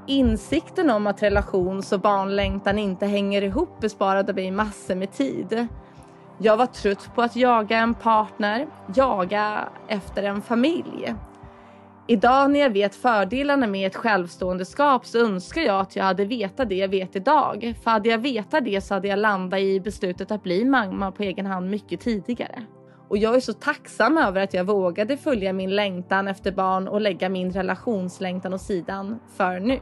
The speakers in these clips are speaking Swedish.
Insikten om att relations- och barnlängtan inte hänger ihop besparade mig massor med tid. Jag var trött på att jaga en partner, jaga efter en familj. Idag när jag vet fördelarna med ett självståendeskap så önskar jag att jag hade vetat det jag vet idag. För hade jag vetat det så hade jag landat i beslutet att bli mamma på egen hand mycket tidigare. Och jag är så tacksam över att jag vågade följa min längtan efter barn och lägga min relationslängtan åt sidan för nu.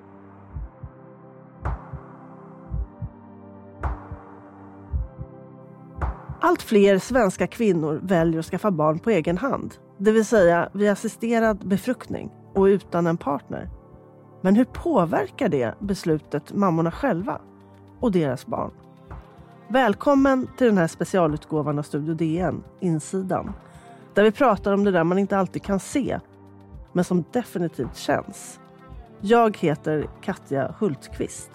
Allt fler svenska kvinnor väljer att skaffa barn på egen hand. Det vill säga via assisterad befruktning och utan en partner. Men hur påverkar det beslutet mammorna själva och deras barn? Välkommen till den här specialutgåvan av Studio DN, Insidan. Där vi pratar om det där man inte alltid kan se, men som definitivt känns. Jag heter Katja Hultqvist.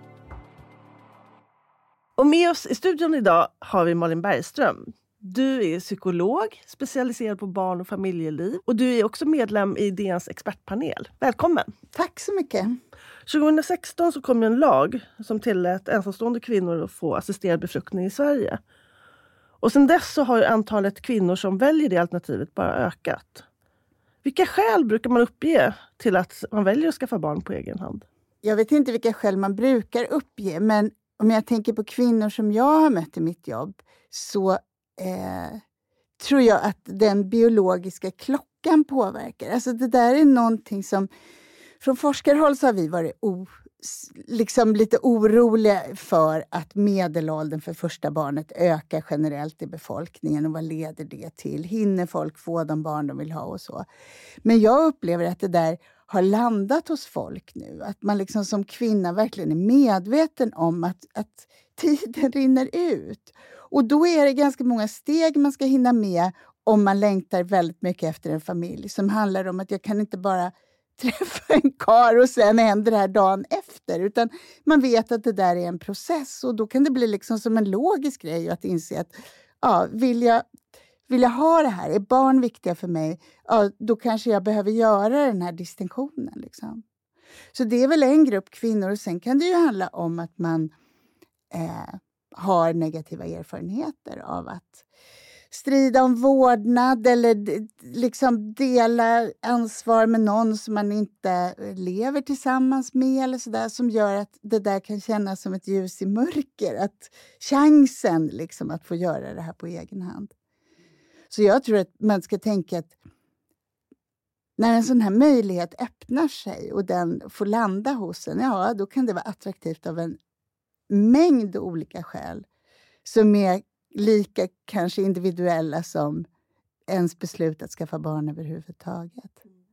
Och med oss i studion idag har vi Malin Bergström. Du är psykolog, specialiserad på barn- och familjeliv. Och du är också medlem i DNs expertpanel. Välkommen! Tack så mycket! 2016 så kom en lag som tillät ensamstående kvinnor att få assisterad befruktning i Sverige. Och sedan dess så har ju antalet kvinnor som väljer det alternativet bara ökat. Vilka skäl brukar man uppge till att man väljer att skaffa barn på egen hand? Jag vet inte vilka skäl man brukar uppge, men om jag tänker på kvinnor som jag har mött i mitt jobb så tror jag att den biologiska klockan påverkar. Alltså det där är någonting som, från forskarhåll så har vi varit liksom lite oroliga för att medelåldern för första barnet ökar generellt i befolkningen och vad leder det till? Hinner folk få de barn de vill ha och så? Men jag upplever att det där har landat hos folk nu. Att man liksom som kvinna verkligen är medveten om att tiden rinner ut. Och då är det ganska många steg man ska hinna med om man längtar väldigt mycket efter en familj. Som handlar om att jag kan inte bara träffa en kar och sen händer det här dagen efter. Utan man vet att det där är en process. Och då kan det bli liksom som en logisk grej att inse att ja, vill jag ha det här? Är barn viktiga för mig? Ja, då kanske jag behöver göra den här distinktionen. Liksom. Så det är väl en grupp kvinnor. Och sen kan det ju handla om att man har negativa erfarenheter av att strida om vårdnad eller liksom dela ansvar med någon som man inte lever tillsammans med eller sådär, som gör att det där kan kännas som ett ljus i mörker. Att chansen liksom att få göra det här på egen hand. Så jag tror att man ska tänka att när en sån här möjlighet öppnar sig och den får landa hos en, ja då kan det vara attraktivt av en mängd olika skäl som är lika kanske individuella som ens beslut att skaffa barn överhuvudtaget.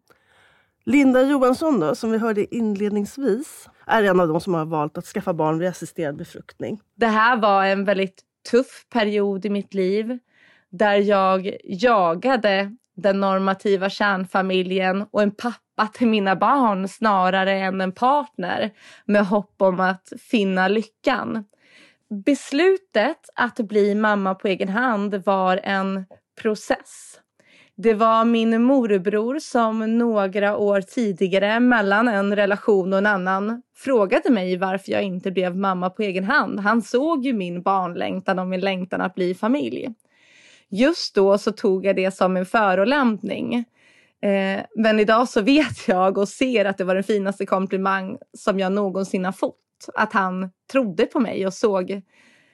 Linda Johansson då, som vi hörde inledningsvis, är en av de som har valt att skaffa barn vid assisterad befruktning. Det här var en väldigt tuff period i mitt liv där jag jagade den normativa kärnfamiljen och en pappa till mina barn snarare än en partner med hopp om att finna lyckan. Beslutet att bli mamma på egen hand var en process. Det var min morbror som några år tidigare mellan en relation och en annan frågade mig varför jag inte blev mamma på egen hand. Han såg ju min barnlängtan och min längtan att bli familj. Just då så tog jag det som en förolämpning. Men idag så vet jag och ser att det var den finaste komplimang som jag någonsin har fått. Att han trodde på mig och såg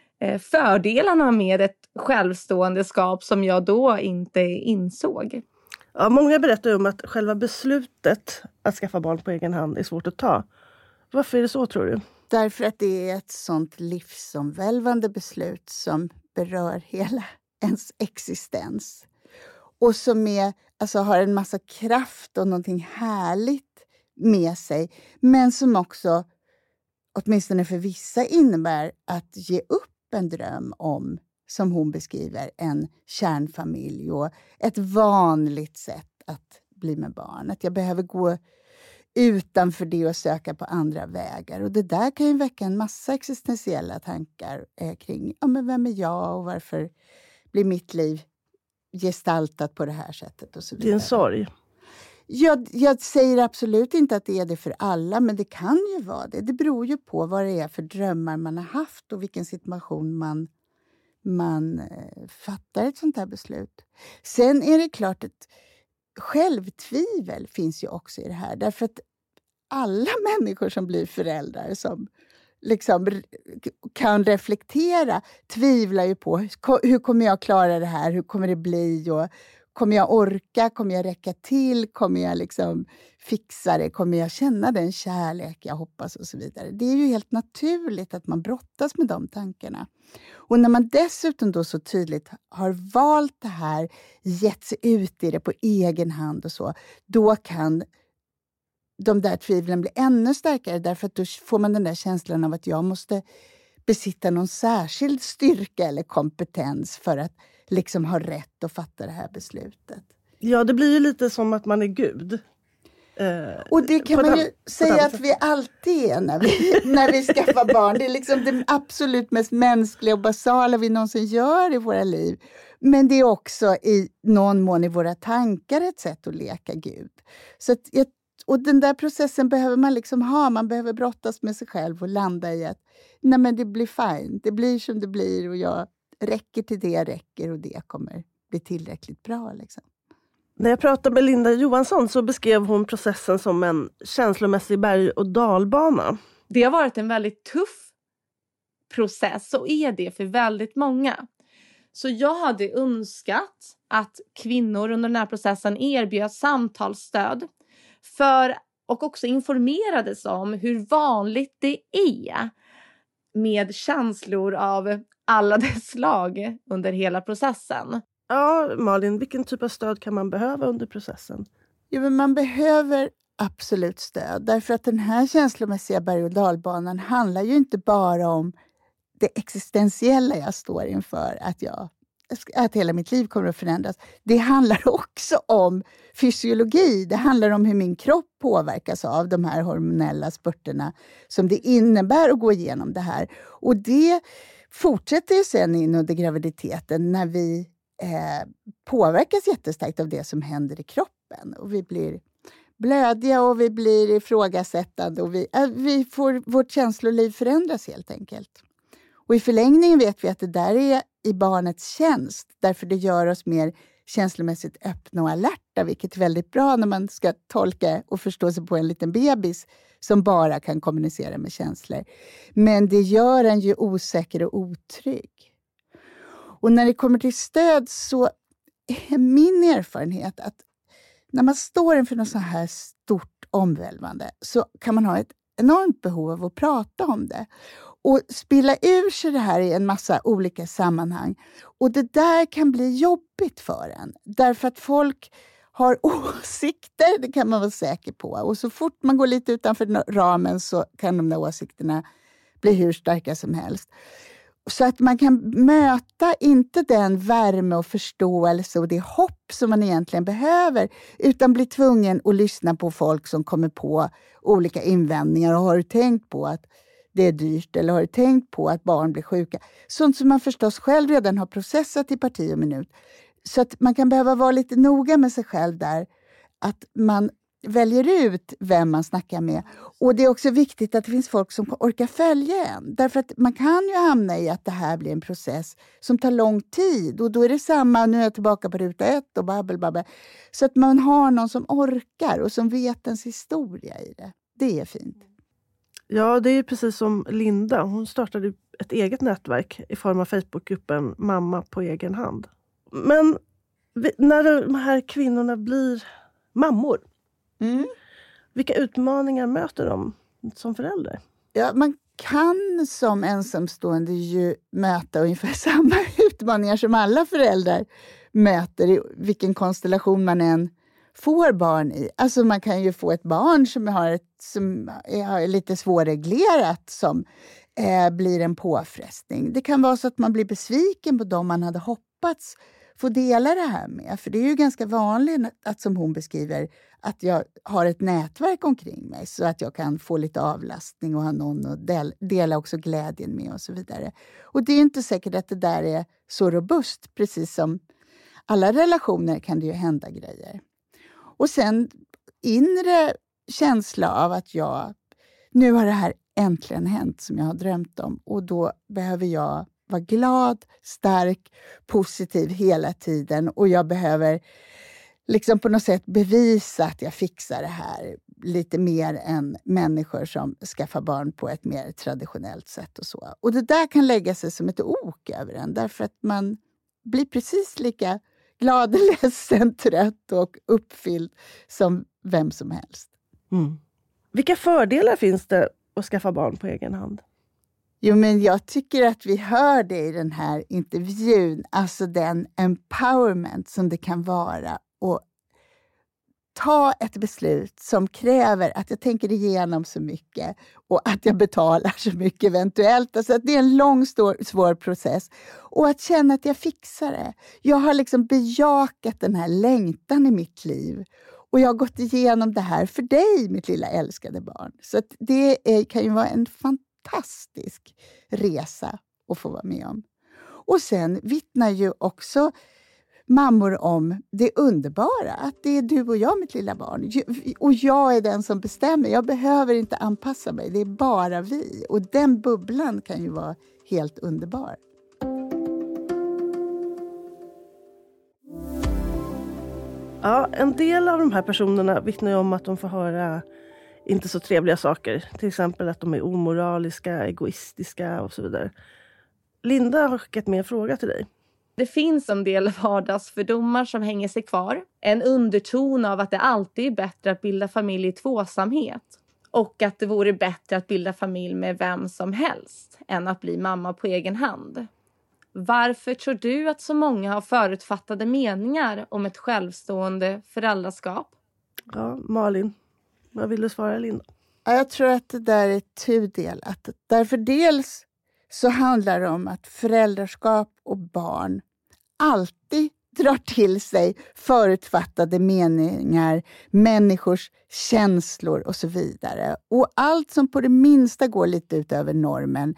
fördelarna med ett självståendeskap som jag då inte insåg. Ja, många berättar om att själva beslutet att skaffa barn på egen hand är svårt att ta. Varför är det så, tror du? Därför att det är ett sånt livsomvälvande beslut som berör hela ens existens. Och som har en massa kraft och någonting härligt med sig. Men som också, åtminstone för vissa, innebär att ge upp en dröm om, som hon beskriver, en kärnfamilj och ett vanligt sätt att bli med barn. Att jag behöver gå utanför det och söka på andra vägar. Och det där kan ju väcka en massa existentiella tankar kring men vem är jag och varför blir mitt liv gestaltat på det här sättet och så vidare. Det är en sorg. Jag säger absolut inte att det är det för alla, men det kan ju vara det. Det beror ju på vad det är för drömmar man har haft och vilken situation man fattar ett sånt här beslut. Sen är det klart att självtvivel finns ju också i det här. Därför att alla människor som blir föräldrar som liksom kan reflektera tvivlar ju på hur kommer jag klara det här, hur kommer det bli och kommer jag orka, kommer jag räcka till, kommer jag liksom fixa det, kommer jag känna den kärlek jag hoppas och så vidare. Det är ju helt naturligt att man brottas med de tankarna. Och när man dessutom då så tydligt har valt det här, gett sig ut i det på egen hand och så, då kan de där tvivlen bli ännu starkare, därför att då får man den där känslan av att jag måste besitta någon särskild styrka eller kompetens för att liksom ha rätt att fatta det här beslutet. Ja, det blir ju lite som att man är Gud. Och det kan man ju säga att vi alltid är när vi skaffar barn. Det är liksom det absolut mest mänskliga och basala vi någonsin gör i våra liv. Men det är också i någon mån i våra tankar ett sätt att leka Gud. Så att och den där processen behöver man liksom ha. Man behöver brottas med sig själv och landa i att nej, men det blir fint. Det blir som det blir och jag räcker till det jag räcker och det kommer bli tillräckligt bra liksom. När jag pratade med Linda Johansson så beskrev hon processen som en känslomässig berg- och dalbana. Det har varit en väldigt tuff process och är det för väldigt många. Så jag hade önskat att kvinnor under den här processen erbjöd samtalsstöd och också informerades om hur vanligt det är med känslor av alla dess slag under hela processen. Ja, Malin, vilken typ av stöd kan man behöva under processen? Jo, men man behöver absolut stöd. Därför att den här känslomässiga berg- och dalbanan handlar ju inte bara om det existentiella jag står inför. Att hela mitt liv kommer att förändras. Det handlar också om fysiologi. Det handlar om hur min kropp påverkas av de här hormonella spurterna som det innebär att gå igenom det här. Och det fortsätter ju sen in under graviditeten när vi påverkas jättestarkt av det som händer i kroppen. Och vi blir blödiga och vi blir ifrågasättande och vårt känsloliv förändras helt enkelt. Och i förlängningen vet vi att det där är i barnets tjänst. Därför det gör oss mer känslomässigt öppna och alerta. Vilket är väldigt bra när man ska tolka och förstå sig på en liten bebis som bara kan kommunicera med känslor. Men det gör en ju osäker och otrygg. Och när det kommer till stöd så är min erfarenhet att när man står inför något så här stort omvälvande så kan man ha ett enormt behov av att prata om det. Och spilla ur sig det här i en massa olika sammanhang. Och det där kan bli jobbigt för en. Därför att folk har åsikter, det kan man vara säker på. Och så fort man går lite utanför ramen så kan de där åsikterna bli hur starka som helst. Så att man kan möta inte den värme och förståelse och det hopp som man egentligen behöver. Utan bli tvungen att lyssna på folk som kommer på olika invändningar. Och har du tänkt på att det är dyrt eller har du tänkt på att barn blir sjuka? Sånt som man förstås själv redan har processat i parti och minut. Så att man kan behöva vara lite noga med sig själv där. Att man väljer ut vem man snackar med. Och det är också viktigt att det finns folk som orkar följa en. Därför att man kan ju hamna i att det här blir en process som tar lång tid. Och då är det samma, nu är jag tillbaka på ruta 1 och babbel. Så att man har någon som orkar och som vet ens historia i det. Det är fint. Ja, det är precis som Linda. Hon startade ett eget nätverk i form av Facebookgruppen Mamma på egen hand. Men när de här kvinnorna blir mammor, vilka utmaningar möter de som förälder? Ja, man kan som ensamstående ju möta ungefär samma utmaningar som alla föräldrar möter i vilken konstellation man än får barn i. Alltså man kan ju få ett barn som är lite svårreglerat som blir en påfrestning. Det kan vara så att man blir besviken på dem man hade hoppats få dela det här med. För det är ju ganska vanligt att som hon beskriver att jag har ett nätverk omkring mig så att jag kan få lite avlastning och ha någon att dela också glädjen med och så vidare. Och det är inte säkert att det där är så robust, precis som alla relationer kan det ju hända grejer. Och sen inre känsla av att nu har det här äntligen hänt som jag har drömt om. Och då behöver jag vara glad, stark, positiv hela tiden. Och jag behöver liksom på något sätt bevisa att jag fixar det här lite mer än människor som skaffar barn på ett mer traditionellt sätt och så. Och det där kan lägga sig som ett ok över en, därför att man blir precis lika glad, ledsen, trött och uppfylld som vem som helst. Mm. Vilka fördelar finns det att skaffa barn på egen hand? Jo, men jag tycker att vi hör det i den här intervjun. Alltså den empowerment som det kan vara. Och ta ett beslut som kräver att jag tänker igenom så mycket. Och att jag betalar så mycket eventuellt. Alltså att det är en lång, svår process. Och att känna att jag fixar det. Jag har liksom bejakat den här längtan i mitt liv. Och jag har gått igenom det här för dig, mitt lilla älskade barn. Så att kan ju vara en fantastisk resa att få vara med om. Och sen vittnar ju också mammor om det underbara. Att det är du och jag, mitt lilla barn. Och jag är den som bestämmer. Jag behöver inte anpassa mig. Det är bara vi. Och den bubblan kan ju vara helt underbar. Ja, en del av de här personerna vittnar ju om att de får höra inte så trevliga saker. Till exempel att de är omoraliska, egoistiska och så vidare. Linda har skickat med en fråga till dig. Det finns en del vardagsfördomar som hänger sig kvar. En underton av att det alltid är bättre att bilda familj i tvåsamhet. Och att det vore bättre att bilda familj med vem som helst än att bli mamma på egen hand. Varför tror du att så många har förutfattade meningar om ett självstående föräldraskap? Ja, Malin, vad vill du svara Linda? Ja, jag tror att det där är tudelat. Därför dels så handlar det om att föräldraskap och barn alltid drar till sig förutfattade meningar, människors känslor och så vidare. Och allt som på det minsta går lite utöver normen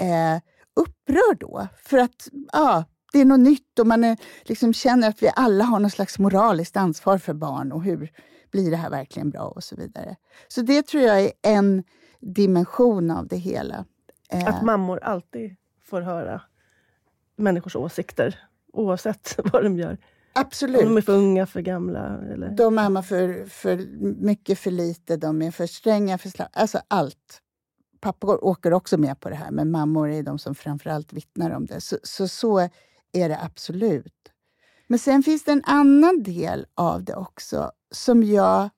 upprör då. För att det är något nytt och man liksom känner att vi alla har någon slags moraliskt ansvar för barn och hur blir det här verkligen bra och så vidare. Så det tror jag är en dimension av det hela. Att mammor alltid får höra människors åsikter oavsett vad de gör. Absolut. Om de är för unga, för gamla. Eller? De ammar för mycket, för lite. De är för stränga, för slapp. Alltså allt. Pappor åker också med på det här. Men mammor är de som framförallt vittnar om det. Så är det absolut. Men sen finns det en annan del av det också. Som jag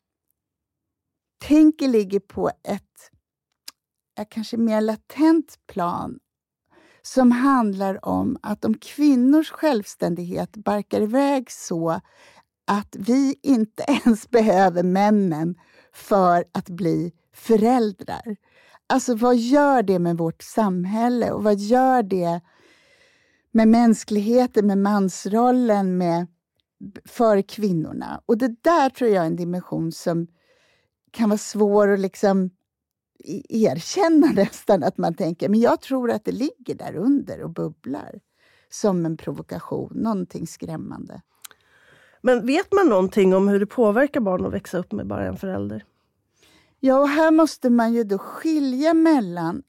tänker ligger på ett kanske mer latent plan. Som handlar om att om kvinnors självständighet barkar iväg så att vi inte ens behöver männen för att bli föräldrar. Alltså vad gör det med vårt samhälle och vad gör det med mänskligheten, med mansrollen, för kvinnorna? Och det där tror jag är en dimension som kan vara svår att liksom erkänna nästan, att man tänker, men jag tror att det ligger där under och bubblar som en provokation, någonting skrämmande. Men vet man någonting om hur det påverkar barn att växa upp med bara en förälder? Ja, och här måste man ju då skilja mellan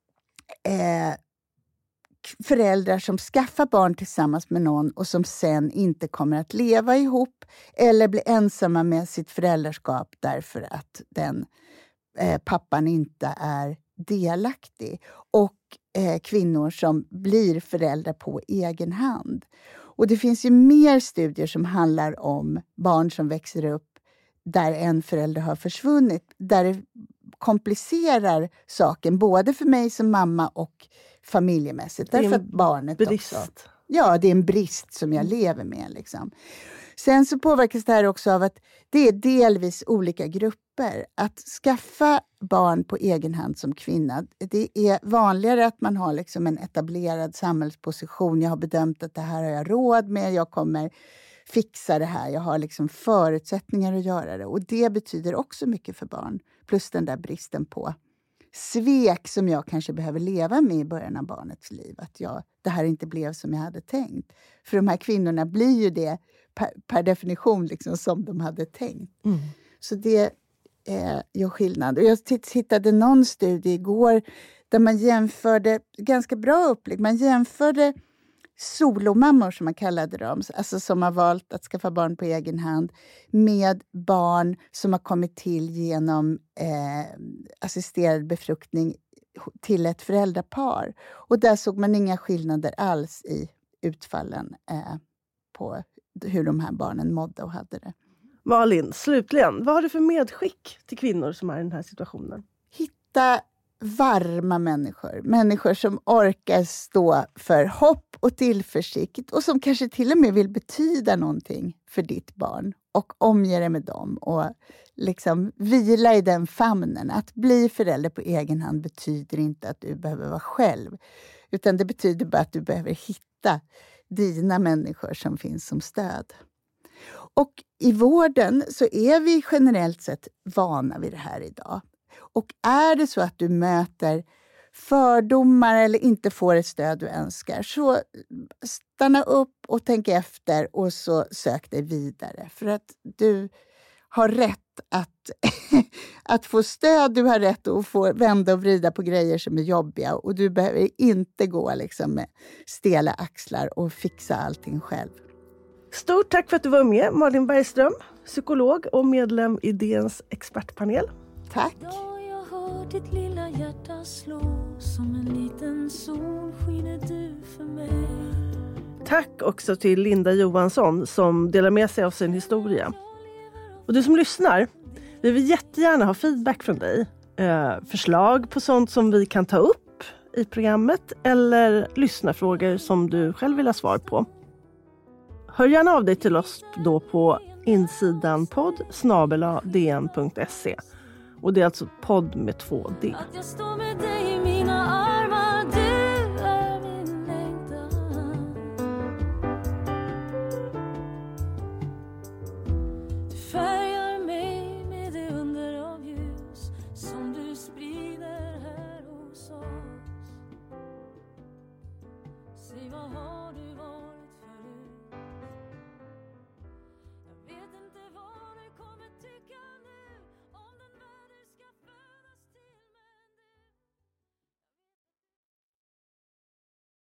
föräldrar som skaffar barn tillsammans med någon och som sen inte kommer att leva ihop eller bli ensamma med sitt föräldraskap därför att den pappan inte är delaktig, och kvinnor som blir föräldrar på egen hand. Och det finns ju mer studier som handlar om barn som växer upp där en förälder har försvunnit, där det komplicerar saken både för mig som mamma och familjemässigt. Därför att barnet brist. Också... Ja, det är en brist som jag lever med liksom. Sen så påverkas det här också av att det är delvis olika grupper. Att skaffa barn på egen hand som kvinna, det är vanligare att man har liksom en etablerad samhällsposition. Jag har bedömt att det här har jag råd med, jag kommer fixa det här. Jag har liksom förutsättningar att göra det. Och det betyder också mycket för barn. Plus den där bristen på svek som jag kanske behöver leva med i början av barnets liv. Att det här inte blev som jag hade tänkt. För de här kvinnorna blir ju det per definition liksom som de hade tänkt. Mm. Så det gör skillnad. Och jag hittade någon studie igår där man jämförde, ganska bra upplägg, man jämförde solomammor som man kallade dem, alltså som har valt att skaffa barn på egen hand, med barn som har kommit till genom assisterad befruktning till ett föräldrapar. Och där såg man inga skillnader alls i utfallen på hur de här barnen mådde och hade det. Malin, slutligen, vad har du för medskick till kvinnor som är i den här situationen? Hitta varma människor. Människor som orkar stå för hopp och tillförsikt och som kanske till och med vill betyda någonting för ditt barn. Och omge dig med dem och liksom vila i den famnen. Att bli förälder på egen hand betyder inte att du behöver vara själv. Utan det betyder bara att du behöver hitta dina människor som finns som stöd. Och i vården så är vi generellt sett vana vid det här idag. Och är det så att du möter fördomar eller inte får ett stöd du önskar, så stanna upp och tänk efter och så sök dig vidare. För att du har rätt att få stöd, du har rätt att få vända och vrida på grejer som är jobbiga. Och du behöver inte gå liksom med stela axlar och fixa allting själv. Stort tack för att du var med, Malin Bergström, psykolog och medlem i DNs expertpanel. Tack. Jag hör ditt lilla hjärta slå, som en liten sol skiner du för mig. Tack också till Linda Johansson som delar med sig av sin historia. Och du som lyssnar, vi vill jättegärna ha feedback från dig. Förslag på sånt som vi kan ta upp i programmet eller lyssnarfrågor som du själv vill ha svar på. Hör gärna av dig till oss då på insidanpodd@dn.se. Och det är alltså podd med 2D. Att jag står med dig